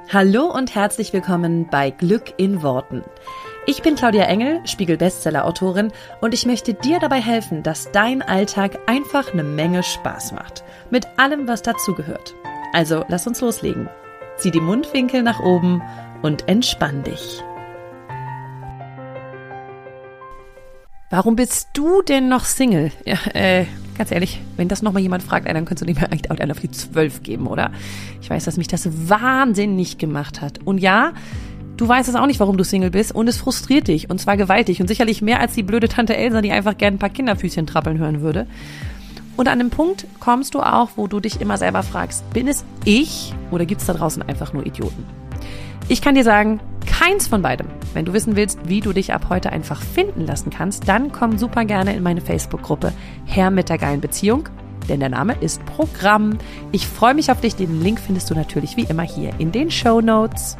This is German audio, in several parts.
Hallo und herzlich willkommen bei Glück in Worten. Ich bin Claudia Engel, Spiegel-Bestseller-Autorin und ich möchte dir dabei helfen, dass dein Alltag einfach eine Menge Spaß macht. Mit allem, was dazugehört. Also lass uns loslegen. Zieh die Mundwinkel nach oben und entspann dich. Warum bist du denn noch Single? Ja, ganz ehrlich, wenn das nochmal jemand fragt, dann könntest du dem eigentlich auch einen auf die 12 geben, oder? Ich weiß, dass mich das wahnsinnig gemacht hat. Und ja, du weißt es auch nicht, warum du Single bist und es frustriert dich und zwar gewaltig und sicherlich mehr als die blöde Tante Elsa, die einfach gern ein paar Kinderfüßchen trappeln hören würde. Und an dem Punkt kommst du auch, wo du dich immer selber fragst, bin es ich oder gibt es da draußen einfach nur Idioten? Ich kann dir sagen, keins von beidem. Wenn du wissen willst, wie du dich ab heute einfach finden lassen kannst, dann komm super gerne in meine Facebook-Gruppe Herr mit der geilen Beziehung, denn der Name ist Programm. Ich freue mich auf dich. Den Link findest du natürlich wie immer hier in den Shownotes.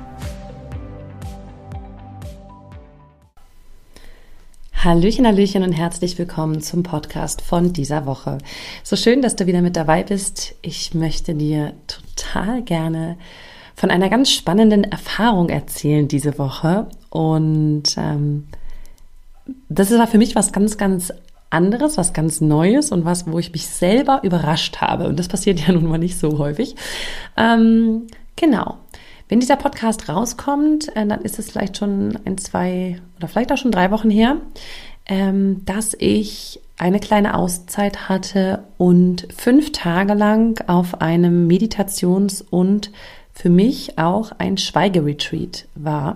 Hallöchen, Hallöchen und herzlich willkommen zum Podcast von dieser Woche. So schön, dass du wieder mit dabei bist. Ich möchte dir total gerne von einer ganz spannenden Erfahrung erzählen diese Woche. Und das war für mich was ganz, ganz anderes, was ganz Neues und was, wo ich mich selber überrascht habe. Und das passiert ja nun mal nicht so häufig. Genau. Wenn dieser Podcast rauskommt, dann ist es vielleicht schon 1, 2 oder vielleicht auch schon 3 Wochen her, dass ich eine kleine Auszeit hatte und 5 Tage lang auf einem Meditations- und für mich auch ein Schweigeretreat war.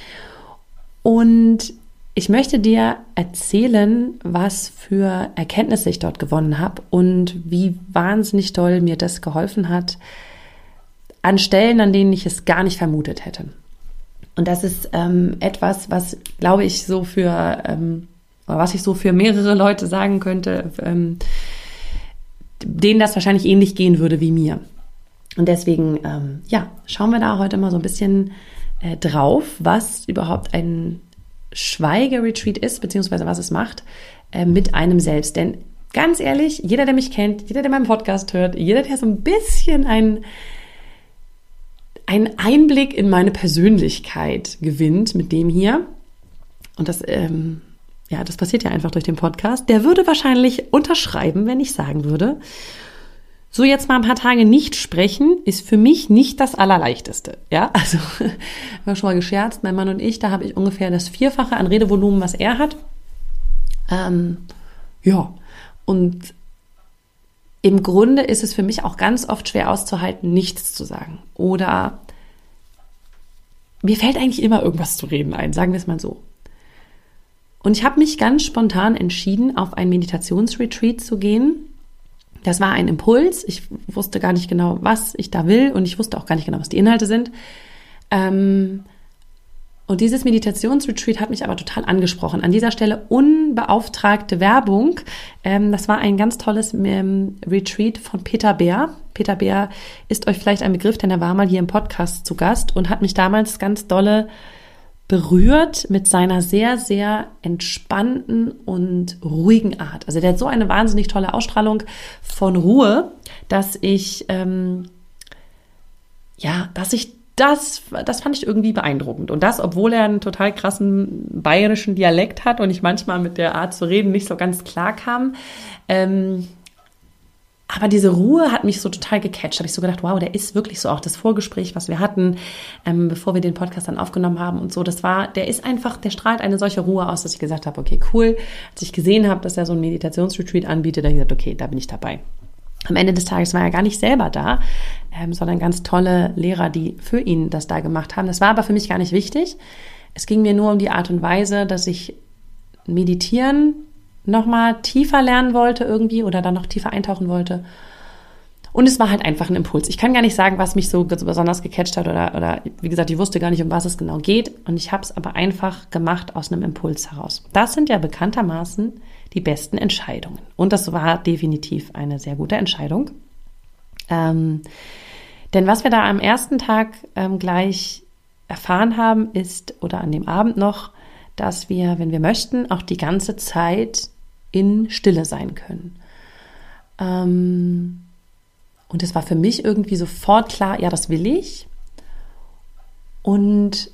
Und ich möchte dir erzählen, was für Erkenntnisse ich dort gewonnen habe und wie wahnsinnig doll mir das geholfen hat, an Stellen, an denen ich es gar nicht vermutet hätte. Und das ist etwas, was, glaube ich, so für, oder was ich so für mehrere Leute sagen könnte, denen das wahrscheinlich ähnlich gehen würde wie mir. Und deswegen, schauen wir da heute mal so ein bisschen drauf, was überhaupt ein Schweigeretreat ist, beziehungsweise was es macht mit einem selbst. Denn ganz ehrlich, jeder, der mich kennt, jeder, der meinen Podcast hört, jeder, der so ein bisschen einen Einblick in meine Persönlichkeit gewinnt mit dem hier, und das, das passiert ja einfach durch den Podcast, der würde wahrscheinlich unterschreiben, wenn ich sagen würde, so jetzt mal ein paar Tage nicht sprechen, ist für mich nicht das Allerleichteste. Ja, also wir haben schon mal gescherzt, mein Mann und ich, da habe ich ungefähr das 4-fache an Redevolumen, was er hat. Und im Grunde ist es für mich auch ganz oft schwer auszuhalten, nichts zu sagen. Oder mir fällt eigentlich immer irgendwas zu reden ein, sagen wir es mal so. Und ich habe mich ganz spontan entschieden, auf ein Meditationsretreat zu gehen. Das war ein Impuls. Ich wusste gar nicht genau, was ich da will und ich wusste auch gar nicht genau, was die Inhalte sind. Und dieses Meditationsretreat hat mich aber total angesprochen. An dieser Stelle unbeauftragte Werbung. Das war ein ganz tolles Retreat von Peter Beer. Peter Beer ist euch vielleicht ein Begriff, denn er war mal hier im Podcast zu Gast und hat mich damals ganz dolle berührt mit seiner sehr, sehr entspannten und ruhigen Art. Also der hat so eine wahnsinnig tolle Ausstrahlung von Ruhe, dass ich das fand ich irgendwie beeindruckend. Und das, obwohl er einen total krassen bayerischen Dialekt hat und ich manchmal mit der Art zu reden nicht so ganz klar kam. Aber diese Ruhe hat mich so total gecatcht. Da habe ich so gedacht, wow, der ist wirklich so. Auch das Vorgespräch, was wir hatten, bevor wir den Podcast dann aufgenommen haben und so, der strahlt eine solche Ruhe aus, dass ich gesagt habe, okay, cool. Als ich gesehen habe, dass er so ein Meditationsretreat anbietet, da habe ich gesagt, okay, da bin ich dabei. Am Ende des Tages war er gar nicht selber da, sondern ganz tolle Lehrer, die für ihn das da gemacht haben. Das war aber für mich gar nicht wichtig. Es ging mir nur um die Art und Weise, dass ich meditieren nochmal tiefer lernen wollte irgendwie oder dann noch tiefer eintauchen wollte. Und es war halt einfach ein Impuls. Ich kann gar nicht sagen, was mich so besonders gecatcht hat oder wie gesagt, ich wusste gar nicht, um was es genau geht. Und ich habe es aber einfach gemacht aus einem Impuls heraus. Das sind ja bekanntermaßen die besten Entscheidungen. Und das war definitiv eine sehr gute Entscheidung. Denn was wir da am ersten Tag gleich erfahren haben, ist, oder an dem Abend noch, dass wir, wenn wir möchten, auch die ganze Zeit in Stille sein können. Und es war für mich irgendwie sofort klar, ja, das will ich. Und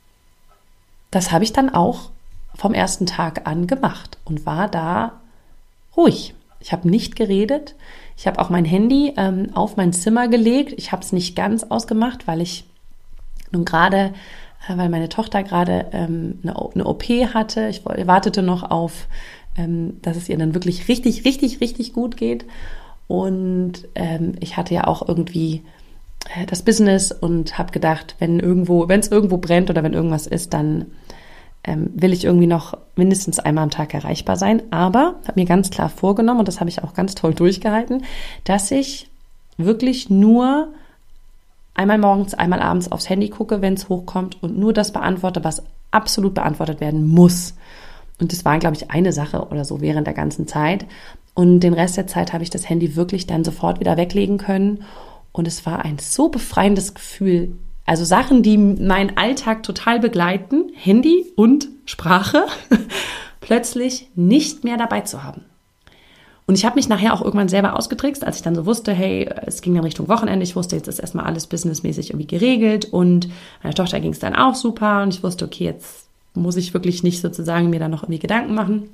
das habe ich dann auch vom ersten Tag an gemacht und war da ruhig. Ich habe nicht geredet. Ich habe auch mein Handy auf mein Zimmer gelegt. Ich habe es nicht ganz ausgemacht, weil ich nun gerade, weil meine Tochter gerade eine OP hatte. Ich wartete noch auf, dass es ihr dann wirklich richtig, richtig, richtig gut geht. Und ich hatte ja auch irgendwie das Business und habe gedacht, wenn es irgendwo brennt oder wenn irgendwas ist, dann will ich irgendwie noch mindestens einmal am Tag erreichbar sein. Aber habe mir ganz klar vorgenommen, und das habe ich auch ganz toll durchgehalten, dass ich wirklich nur einmal morgens, einmal abends aufs Handy gucke, wenn es hochkommt und nur das beantworte, was absolut beantwortet werden muss. Und das war, glaube ich, eine Sache oder so während der ganzen Zeit. Und den Rest der Zeit habe ich das Handy wirklich dann sofort wieder weglegen können. Und es war ein so befreiendes Gefühl. Also Sachen, die meinen Alltag total begleiten, Handy und Sprache, plötzlich nicht mehr dabei zu haben. Und ich habe mich nachher auch irgendwann selber ausgetrickst, als ich dann so wusste, hey, es ging dann Richtung Wochenende. Ich wusste, jetzt ist erstmal alles businessmäßig irgendwie geregelt. Und meiner Tochter ging es dann auch super. Und ich wusste, okay, jetzt muss ich wirklich nicht sozusagen mir da noch irgendwie Gedanken machen.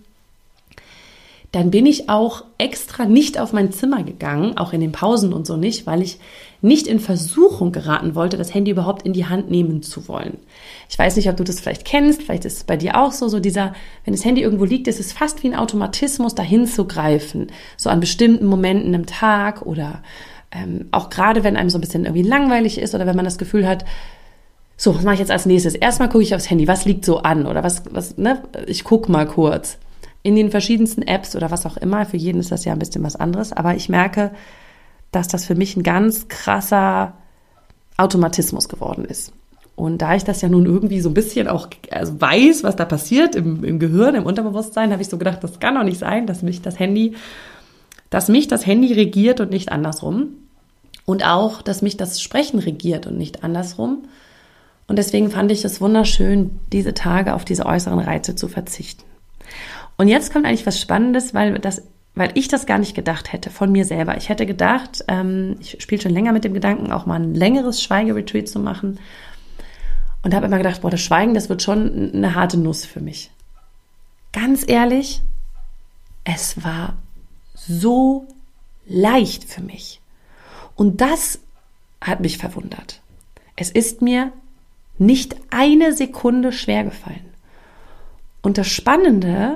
Dann bin ich auch extra nicht auf mein Zimmer gegangen, auch in den Pausen und so nicht, weil ich nicht in Versuchung geraten wollte, das Handy überhaupt in die Hand nehmen zu wollen. Ich weiß nicht, ob du das vielleicht kennst, vielleicht ist es bei dir auch so dieser, wenn das Handy irgendwo liegt, ist es fast wie ein Automatismus, dahin zu greifen, so an bestimmten Momenten im Tag oder auch gerade, wenn einem so ein bisschen irgendwie langweilig ist oder wenn man das Gefühl hat, so, was mache ich jetzt als nächstes? Erstmal gucke ich aufs Handy, was liegt so an oder ich gucke mal kurz. In den verschiedensten Apps oder was auch immer. Für jeden ist das ja ein bisschen was anderes. Aber ich merke, dass das für mich ein ganz krasser Automatismus geworden ist. Und da ich das ja nun irgendwie so ein bisschen auch weiß, was da passiert im Gehirn, im Unterbewusstsein, habe ich so gedacht, das kann doch nicht sein, dass mich das Handy regiert und nicht andersrum. Und auch, dass mich das Sprechen regiert und nicht andersrum. Und deswegen fand ich es wunderschön, diese Tage auf diese äußeren Reize zu verzichten. Und jetzt kommt eigentlich was Spannendes, weil ich das gar nicht gedacht hätte von mir selber. Ich hätte gedacht, ich spiele schon länger mit dem Gedanken, auch mal ein längeres Schweigeretreat zu machen. Und habe immer gedacht, das Schweigen, das wird schon eine harte Nuss für mich. Ganz ehrlich, es war so leicht für mich. Und das hat mich verwundert. Es ist mir nicht eine Sekunde schwer gefallen. Und das Spannende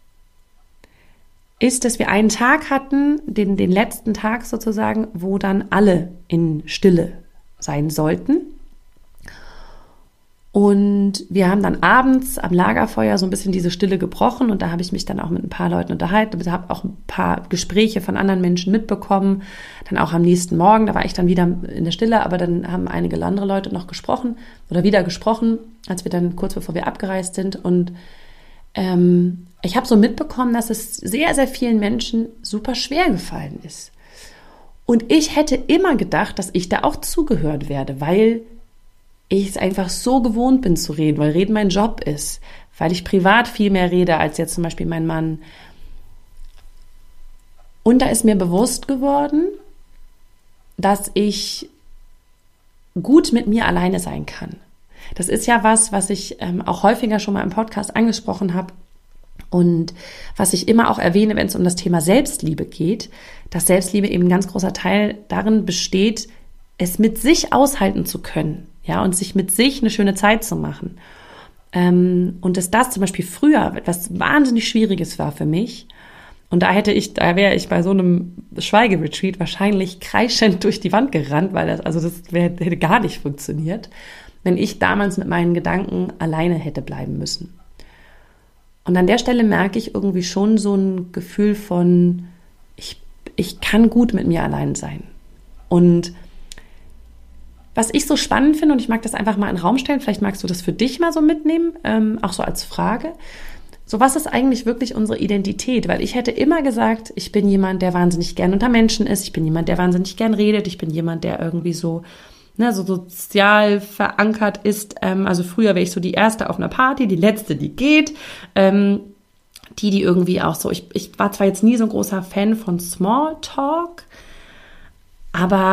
ist, dass wir einen Tag hatten, den letzten Tag sozusagen, wo dann alle in Stille sein sollten. Und wir haben dann abends am Lagerfeuer so ein bisschen diese Stille gebrochen und da habe ich mich dann auch mit ein paar Leuten unterhalten, ich habe auch ein paar Gespräche von anderen Menschen mitbekommen, dann auch am nächsten Morgen, da war ich dann wieder in der Stille, aber dann haben einige andere Leute noch gesprochen oder wieder gesprochen, als wir dann kurz bevor wir abgereist sind und ich habe so mitbekommen, dass es sehr, sehr vielen Menschen super schwer gefallen ist. Und ich hätte immer gedacht, dass ich da auch zugehört werde, weil ich es einfach so gewohnt bin zu reden, weil Reden mein Job ist, weil ich privat viel mehr rede als jetzt zum Beispiel mein Mann. Und da ist mir bewusst geworden, dass ich gut mit mir alleine sein kann. Das ist ja was ich auch häufiger schon mal im Podcast angesprochen habe und was ich immer auch erwähne, wenn es um das Thema Selbstliebe geht, dass Selbstliebe eben ein ganz großer Teil darin besteht, es mit sich aushalten zu können, ja, und sich mit sich eine schöne Zeit zu machen. Und dass das zum Beispiel früher etwas wahnsinnig Schwieriges war für mich. Und da wäre ich bei so einem Schweigeretreat wahrscheinlich kreischend durch die Wand gerannt, weil das hätte gar nicht funktioniert, wenn ich damals mit meinen Gedanken alleine hätte bleiben müssen. Und an der Stelle merke ich irgendwie schon so ein Gefühl von, ich kann gut mit mir allein sein. Und was ich so spannend finde, und ich mag das einfach mal in den Raum stellen, vielleicht magst du das für dich mal so mitnehmen, auch so als Frage, so was ist eigentlich wirklich unsere Identität? Weil ich hätte immer gesagt, ich bin jemand, der wahnsinnig gern unter Menschen ist, ich bin jemand, der wahnsinnig gern redet, ich bin jemand, der irgendwie so sozial verankert ist. Also früher wäre ich so die Erste auf einer Party, die Letzte, die geht. Die irgendwie auch so, ich war zwar jetzt nie so ein großer Fan von Smalltalk, aber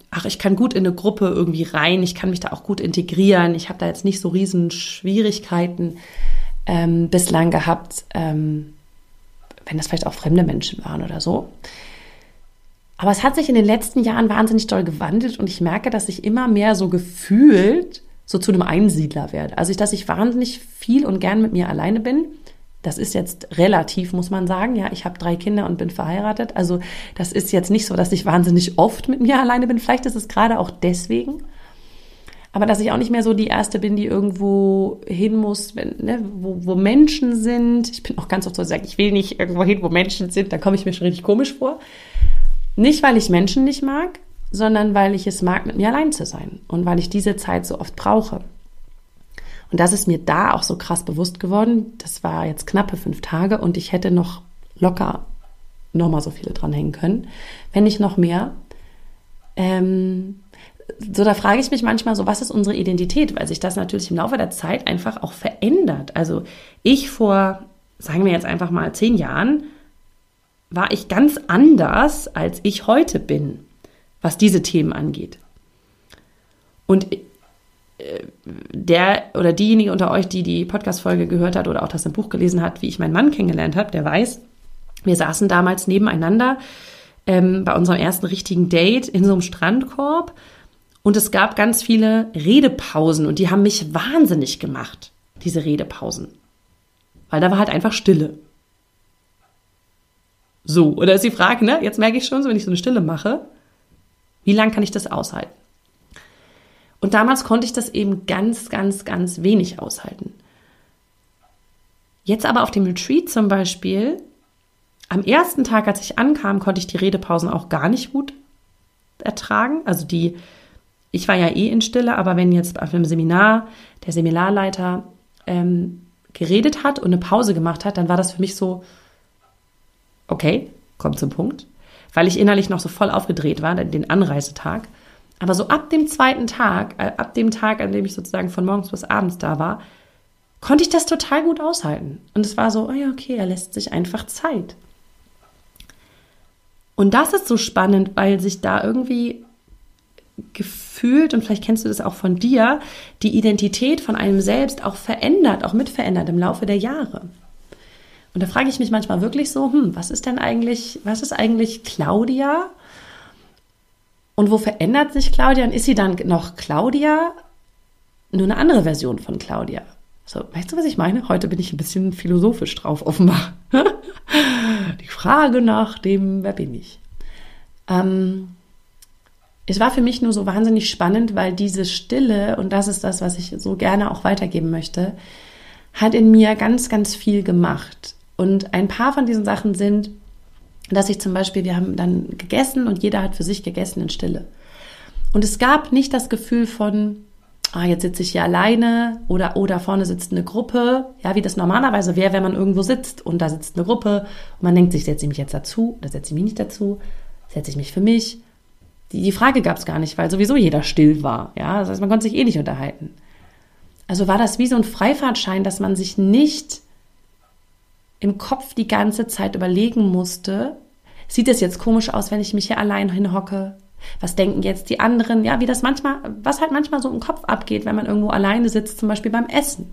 ich kann gut in eine Gruppe irgendwie rein, ich kann mich da auch gut integrieren, ich habe da jetzt nicht so riesen Schwierigkeiten bislang gehabt, wenn das vielleicht auch fremde Menschen waren oder so. Aber es hat sich in den letzten Jahren wahnsinnig doll gewandelt und ich merke, dass ich immer mehr so gefühlt so zu einem Einsiedler werde. Also, dass ich wahnsinnig viel und gern mit mir alleine bin. Das ist jetzt relativ, muss man sagen. Ja, ich habe 3 Kinder und bin verheiratet. Also, das ist jetzt nicht so, dass ich wahnsinnig oft mit mir alleine bin. Vielleicht ist es gerade auch deswegen. Aber dass ich auch nicht mehr so die Erste bin, die irgendwo hin muss, wo Menschen sind. Ich bin auch ganz oft so, ich will nicht irgendwo hin, wo Menschen sind. Da komme ich mir schon richtig komisch vor. Nicht, weil ich Menschen nicht mag, sondern weil ich es mag, mit mir allein zu sein und weil ich diese Zeit so oft brauche. Und das ist mir da auch so krass bewusst geworden. Das war jetzt knappe 5 Tage und ich hätte noch locker nochmal so viele dranhängen können, wenn nicht noch mehr. So, da frage ich mich manchmal so, was ist unsere Identität? Weil sich das natürlich im Laufe der Zeit einfach auch verändert. Also ich vor, sagen wir jetzt einfach mal 10 Jahren, war ich ganz anders, als ich heute bin, was diese Themen angeht. Und der oder diejenige unter euch, die die Podcast-Folge gehört hat oder auch das im Buch gelesen hat, wie ich meinen Mann kennengelernt habe, der weiß, wir saßen damals nebeneinander bei unserem ersten richtigen Date in so einem Strandkorb und es gab ganz viele Redepausen und die haben mich wahnsinnig gemacht, diese Redepausen. Weil da war halt einfach Stille. So, oder ist die Frage, ne? Jetzt merke ich schon, so wenn ich so eine Stille mache, wie lange kann ich das aushalten? Und damals konnte ich das eben ganz, ganz, ganz wenig aushalten. Jetzt aber auf dem Retreat zum Beispiel, am ersten Tag, als ich ankam, konnte ich die Redepausen auch gar nicht gut ertragen. Also ich war ja in Stille, aber wenn jetzt auf einem Seminar der Seminarleiter geredet hat und eine Pause gemacht hat, dann war das für mich so, okay, kommt zum Punkt, weil ich innerlich noch so voll aufgedreht war, den Anreisetag. Aber so ab dem zweiten Tag, ab dem Tag, an dem ich sozusagen von morgens bis abends da war, konnte ich das total gut aushalten. Und es war so, oh ja, okay, er lässt sich einfach Zeit. Und das ist so spannend, weil sich da irgendwie gefühlt, und vielleicht kennst du das auch von dir, die Identität von einem selbst auch verändert, auch mitverändert im Laufe der Jahre. Und da frage ich mich manchmal wirklich so, was ist eigentlich Claudia? Und wo verändert sich Claudia? Und ist sie dann noch Claudia? Nur eine andere Version von Claudia. So, weißt du, was ich meine? Heute bin ich ein bisschen philosophisch drauf, offenbar. Die Frage nach dem, wer bin ich? Es war für mich nur so wahnsinnig spannend, weil diese Stille, und das ist das, was ich so gerne auch weitergeben möchte, hat in mir ganz, ganz viel gemacht. Und ein paar von diesen Sachen sind, dass ich zum Beispiel, wir haben dann gegessen und jeder hat für sich gegessen in Stille. Und es gab nicht das Gefühl von, jetzt sitze ich hier alleine oder vorne sitzt eine Gruppe, ja, wie das normalerweise wäre, wenn man irgendwo sitzt und da sitzt eine Gruppe und man denkt sich, setze ich mich jetzt dazu oder setze ich mich nicht dazu, setze ich mich für mich. Die Frage gab es gar nicht, weil sowieso jeder still war, ja, das heißt, man konnte sich eh nicht unterhalten. Also war das wie so ein Freifahrtschein, dass man sich nicht im Kopf die ganze Zeit überlegen musste, sieht es jetzt komisch aus, wenn ich mich hier allein hinhocke? Was denken jetzt die anderen? Ja, was halt manchmal so im Kopf abgeht, wenn man irgendwo alleine sitzt, zum Beispiel beim Essen.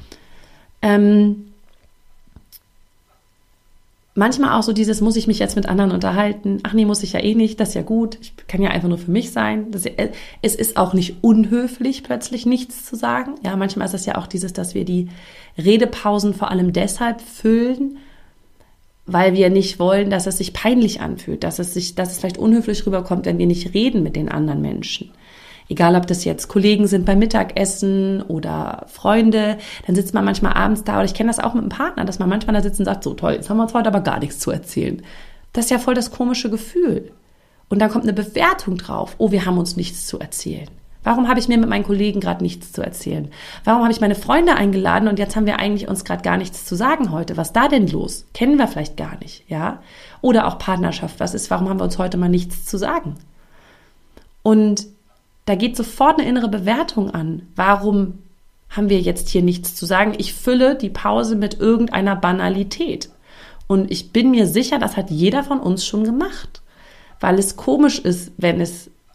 Manchmal auch so dieses, muss ich mich jetzt mit anderen unterhalten? Ach nee, muss ich ja eh nicht, das ist ja gut. Ich kann ja einfach nur für mich sein. Es ist auch nicht unhöflich, plötzlich nichts zu sagen. Ja, manchmal ist es ja auch dieses, dass wir die Redepausen vor allem deshalb füllen, weil wir nicht wollen, dass es sich peinlich anfühlt, dass es vielleicht unhöflich rüberkommt, wenn wir nicht reden mit den anderen Menschen. Egal, ob das jetzt Kollegen sind beim Mittagessen oder Freunde, dann sitzt man manchmal abends da, oder ich kenne das auch mit einem Partner, dass man manchmal da sitzt und sagt, so toll, jetzt haben wir uns heute aber gar nichts zu erzählen. Das ist ja voll das komische Gefühl. Und dann kommt eine Bewertung drauf, oh, wir haben uns nichts zu erzählen. Warum habe ich mir mit meinen Kollegen gerade nichts zu erzählen? Warum habe ich meine Freunde eingeladen und jetzt haben wir eigentlich uns gerade gar nichts zu sagen heute? Was ist da denn los? Kennen wir vielleicht gar nicht, ja? Oder auch Partnerschaft, warum haben wir uns heute mal nichts zu sagen? Und da geht sofort eine innere Bewertung an. Warum haben wir jetzt hier nichts zu sagen? Ich fülle die Pause mit irgendeiner Banalität. Und ich bin mir sicher, das hat jeder von uns schon gemacht. Weil es komisch ist,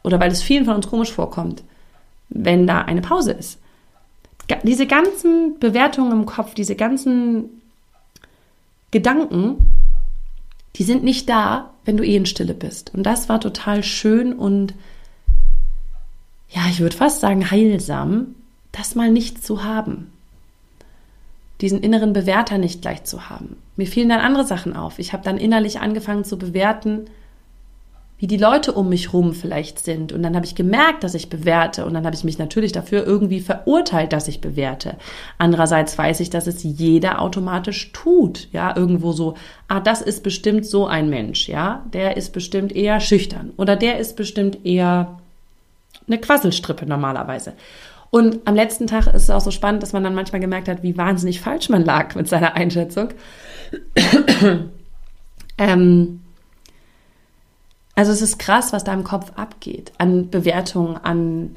oder weil es vielen von uns komisch vorkommt, wenn da eine Pause ist. Diese ganzen Bewertungen im Kopf, diese ganzen Gedanken, die sind nicht da, wenn du in Stille bist. Und das war total schön und ja, ich würde fast sagen heilsam, das mal nicht zu haben. Diesen inneren Bewerter nicht gleich zu haben. Mir fielen dann andere Sachen auf. Ich habe dann innerlich angefangen zu bewerten, wie die Leute um mich rum vielleicht sind. Und dann habe ich gemerkt, dass ich bewerte. Und dann habe ich mich natürlich dafür irgendwie verurteilt, dass ich bewerte. Andererseits weiß ich, dass es jeder automatisch tut. Ja, irgendwo so, das ist bestimmt so ein Mensch. Ja, der ist bestimmt eher schüchtern. Oder der ist bestimmt eher eine Quasselstrippe normalerweise. Und am letzten Tag ist es auch so spannend, dass man dann manchmal gemerkt hat, wie wahnsinnig falsch man lag mit seiner Einschätzung. Also es ist krass, was da im Kopf abgeht, an Bewertungen,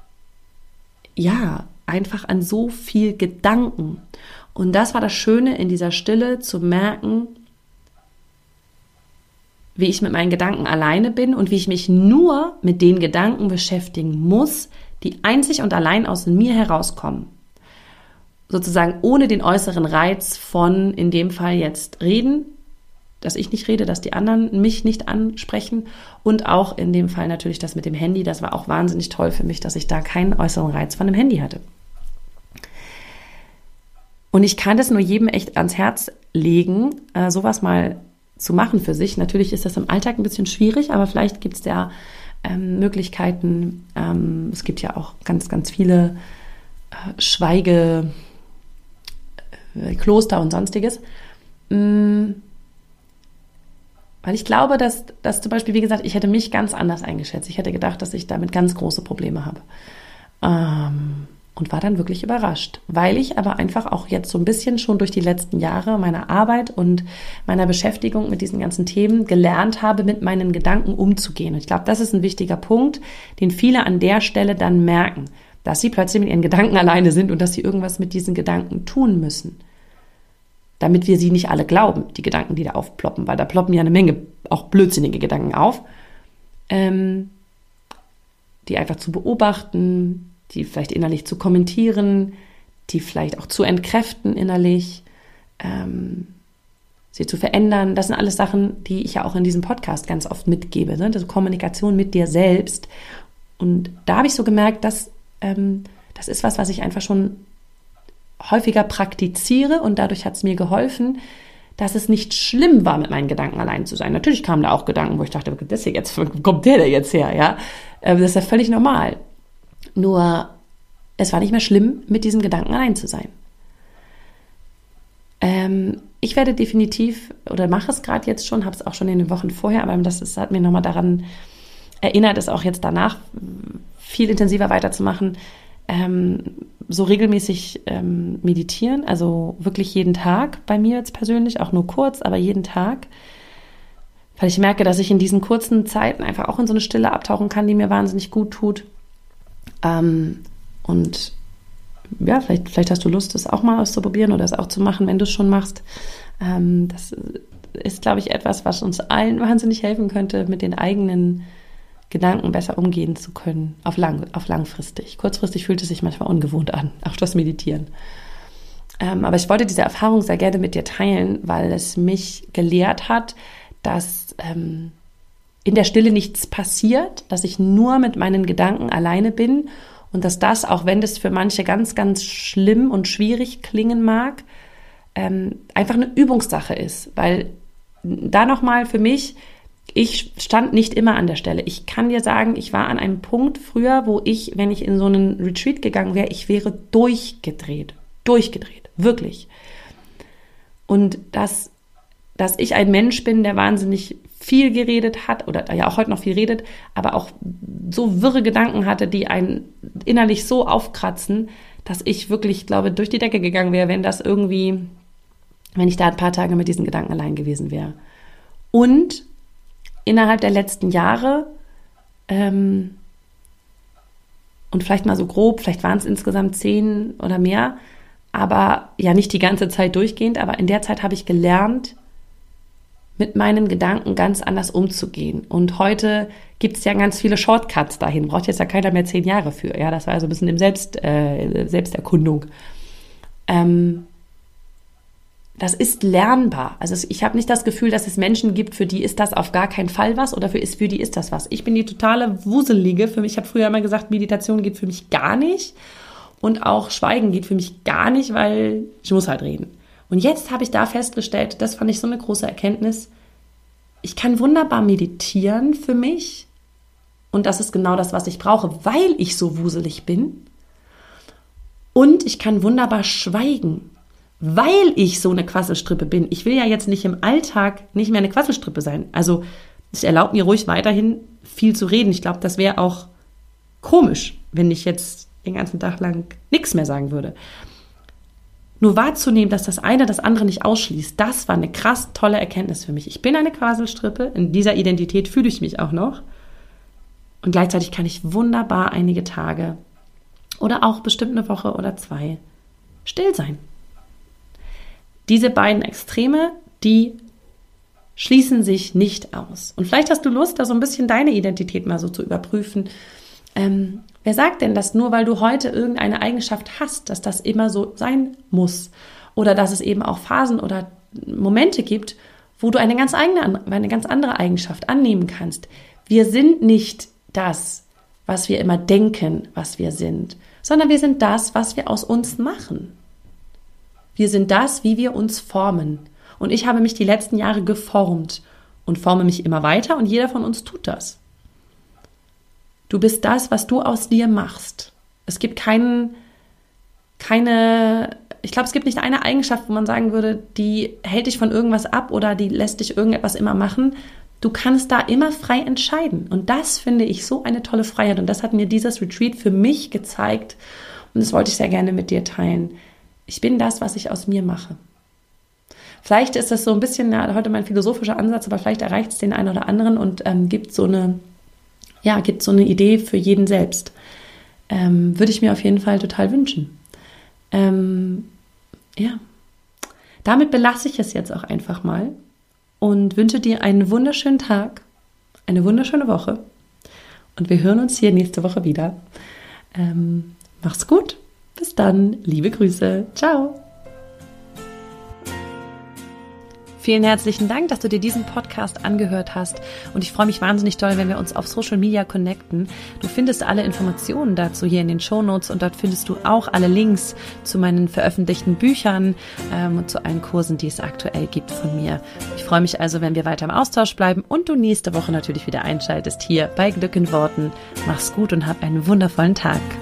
einfach an so viel Gedanken. Und das war das Schöne in dieser Stille, zu merken, wie ich mit meinen Gedanken alleine bin und wie ich mich nur mit den Gedanken beschäftigen muss, die einzig und allein aus mir herauskommen. Sozusagen ohne den äußeren Reiz von, in dem Fall jetzt reden, dass ich nicht rede, dass die anderen mich nicht ansprechen und auch in dem Fall natürlich das mit dem Handy. Das war auch wahnsinnig toll für mich, dass ich da keinen äußeren Reiz von dem Handy hatte. Und ich kann das nur jedem echt ans Herz legen, sowas mal zu machen für sich. Natürlich ist das im Alltag ein bisschen schwierig, aber vielleicht gibt es ja Möglichkeiten. Es gibt ja auch ganz, ganz viele Schweigekloster und Sonstiges. Weil ich glaube, dass zum Beispiel, wie gesagt, ich hätte mich ganz anders eingeschätzt. Ich hätte gedacht, dass ich damit ganz große Probleme habe. Und war dann wirklich überrascht. Weil ich aber einfach auch jetzt so ein bisschen schon durch die letzten Jahre meiner Arbeit und meiner Beschäftigung mit diesen ganzen Themen gelernt habe, mit meinen Gedanken umzugehen. Und ich glaube, das ist ein wichtiger Punkt, den viele an der Stelle dann merken, dass sie plötzlich mit ihren Gedanken alleine sind und dass sie irgendwas mit diesen Gedanken tun müssen. Damit wir sie nicht alle glauben, die Gedanken, die da aufploppen, weil da ploppen ja eine Menge auch blödsinnige Gedanken auf, die einfach zu beobachten, die vielleicht innerlich zu kommentieren, die vielleicht auch zu entkräften innerlich, sie zu verändern. Das sind alles Sachen, die ich ja auch in diesem Podcast ganz oft mitgebe, ne? Das Kommunikation mit dir selbst. Und da habe ich so gemerkt, dass das ist was ich einfach schon häufiger praktiziere und dadurch hat es mir geholfen, dass es nicht schlimm war, mit meinen Gedanken allein zu sein. Natürlich kamen da auch Gedanken, wo ich dachte, wo kommt der denn jetzt her? Ja? Das ist ja völlig normal. Nur, es war nicht mehr schlimm, mit diesem Gedanken allein zu sein. Ich werde definitiv, oder mache es gerade jetzt schon, habe es auch schon in den Wochen vorher, aber hat mir nochmal daran erinnert, es auch jetzt danach viel intensiver weiterzumachen, so regelmäßig meditieren, also wirklich jeden Tag bei mir jetzt persönlich, auch nur kurz, aber jeden Tag, weil ich merke, dass ich in diesen kurzen Zeiten einfach auch in so eine Stille abtauchen kann, die mir wahnsinnig gut tut. Und ja, vielleicht hast du Lust, das auch mal auszuprobieren oder es auch zu machen, wenn du es schon machst. Das ist, glaube ich, etwas, was uns allen wahnsinnig helfen könnte, mit den eigenen Gedanken besser umgehen zu können, auf langfristig. Kurzfristig fühlt es sich manchmal ungewohnt an, auch das Meditieren. Aber ich wollte diese Erfahrung sehr gerne mit dir teilen, weil es mich gelehrt hat, dass in der Stille nichts passiert, dass ich nur mit meinen Gedanken alleine bin und dass das, auch wenn das für manche ganz, ganz schlimm und schwierig klingen mag, einfach eine Übungssache ist. Weil da nochmal für mich, ich stand nicht immer an der Stelle. Ich kann dir sagen, ich war an einem Punkt früher, wo ich, wenn ich in so einen Retreat gegangen wäre, ich wäre durchgedreht, wirklich. Und dass ich ein Mensch bin, der wahnsinnig viel geredet hat oder ja auch heute noch viel redet, aber auch so wirre Gedanken hatte, die einen innerlich so aufkratzen, dass ich wirklich, glaube, durch die Decke gegangen wäre, wenn ich da ein paar Tage mit diesen Gedanken allein gewesen wäre. Und innerhalb der letzten Jahre, und vielleicht mal so grob, vielleicht waren es insgesamt 10 oder mehr, aber ja nicht die ganze Zeit durchgehend, aber in der Zeit habe ich gelernt, mit meinem Gedanken ganz anders umzugehen. Und heute gibt es ja ganz viele Shortcuts dahin. Braucht jetzt ja keiner mehr 10 Jahre für. Ja, das war also ein bisschen im Selbsterkundung. Das ist lernbar. Also ich habe nicht das Gefühl, dass es Menschen gibt, für die ist das auf gar keinen Fall was oder für die ist das was. Ich bin die totale Wuselige. Ich habe früher immer gesagt, Meditation geht für mich gar nicht und auch Schweigen geht für mich gar nicht, weil ich muss halt reden. Und jetzt habe ich da festgestellt, das fand ich so eine große Erkenntnis, ich kann wunderbar meditieren für mich und das ist genau das, was ich brauche, weil ich so wuselig bin. Und ich kann wunderbar schweigen, weil ich so eine Quasselstrippe bin. Ich will ja jetzt nicht im Alltag nicht mehr eine Quasselstrippe sein. Also es erlaubt mir ruhig weiterhin viel zu reden. Ich glaube, das wäre auch komisch, wenn ich jetzt den ganzen Tag lang nichts mehr sagen würde. Nur wahrzunehmen, dass das eine das andere nicht ausschließt, das war eine krass tolle Erkenntnis für mich. Ich bin eine Quasselstrippe, in dieser Identität fühle ich mich auch noch. Und gleichzeitig kann ich wunderbar einige Tage oder auch bestimmt eine Woche oder 2 still sein. Diese beiden Extreme, die schließen sich nicht aus. Und vielleicht hast du Lust, da so ein bisschen deine Identität mal so zu überprüfen. Wer sagt denn, dass nur weil du heute irgendeine Eigenschaft hast, dass das immer so sein muss? Oder dass es eben auch Phasen oder Momente gibt, wo du eine ganz andere Eigenschaft annehmen kannst. Wir sind nicht das, was wir immer denken, was wir sind, sondern wir sind das, was wir aus uns machen. Wir sind das, wie wir uns formen. Und ich habe mich die letzten Jahre geformt und forme mich immer weiter und jeder von uns tut das. Du bist das, was du aus dir machst. Es gibt ich glaube, es gibt nicht eine Eigenschaft, wo man sagen würde, die hält dich von irgendwas ab oder die lässt dich irgendetwas immer machen. Du kannst da immer frei entscheiden. Und das finde ich so eine tolle Freiheit. Und das hat mir dieses Retreat für mich gezeigt. Und das wollte ich sehr gerne mit dir teilen. Ich bin das, was ich aus mir mache. Vielleicht ist das so ein bisschen heute mein philosophischer Ansatz, aber vielleicht erreicht es den einen oder anderen und gibt so eine Idee für jeden selbst. Würde ich mir auf jeden Fall total wünschen. Damit belasse ich es jetzt auch einfach mal und wünsche dir einen wunderschönen Tag, eine wunderschöne Woche und wir hören uns hier nächste Woche wieder. Mach's gut. Bis dann, liebe Grüße. Ciao. Vielen herzlichen Dank, dass du dir diesen Podcast angehört hast und ich freue mich wahnsinnig doll, wenn wir uns auf Social Media connecten. Du findest alle Informationen dazu hier in den Shownotes und dort findest du auch alle Links zu meinen veröffentlichten Büchern und zu allen Kursen, die es aktuell gibt von mir. Ich freue mich also, wenn wir weiter im Austausch bleiben und du nächste Woche natürlich wieder einschaltest hier bei Glück in Worten. Mach's gut und hab einen wundervollen Tag.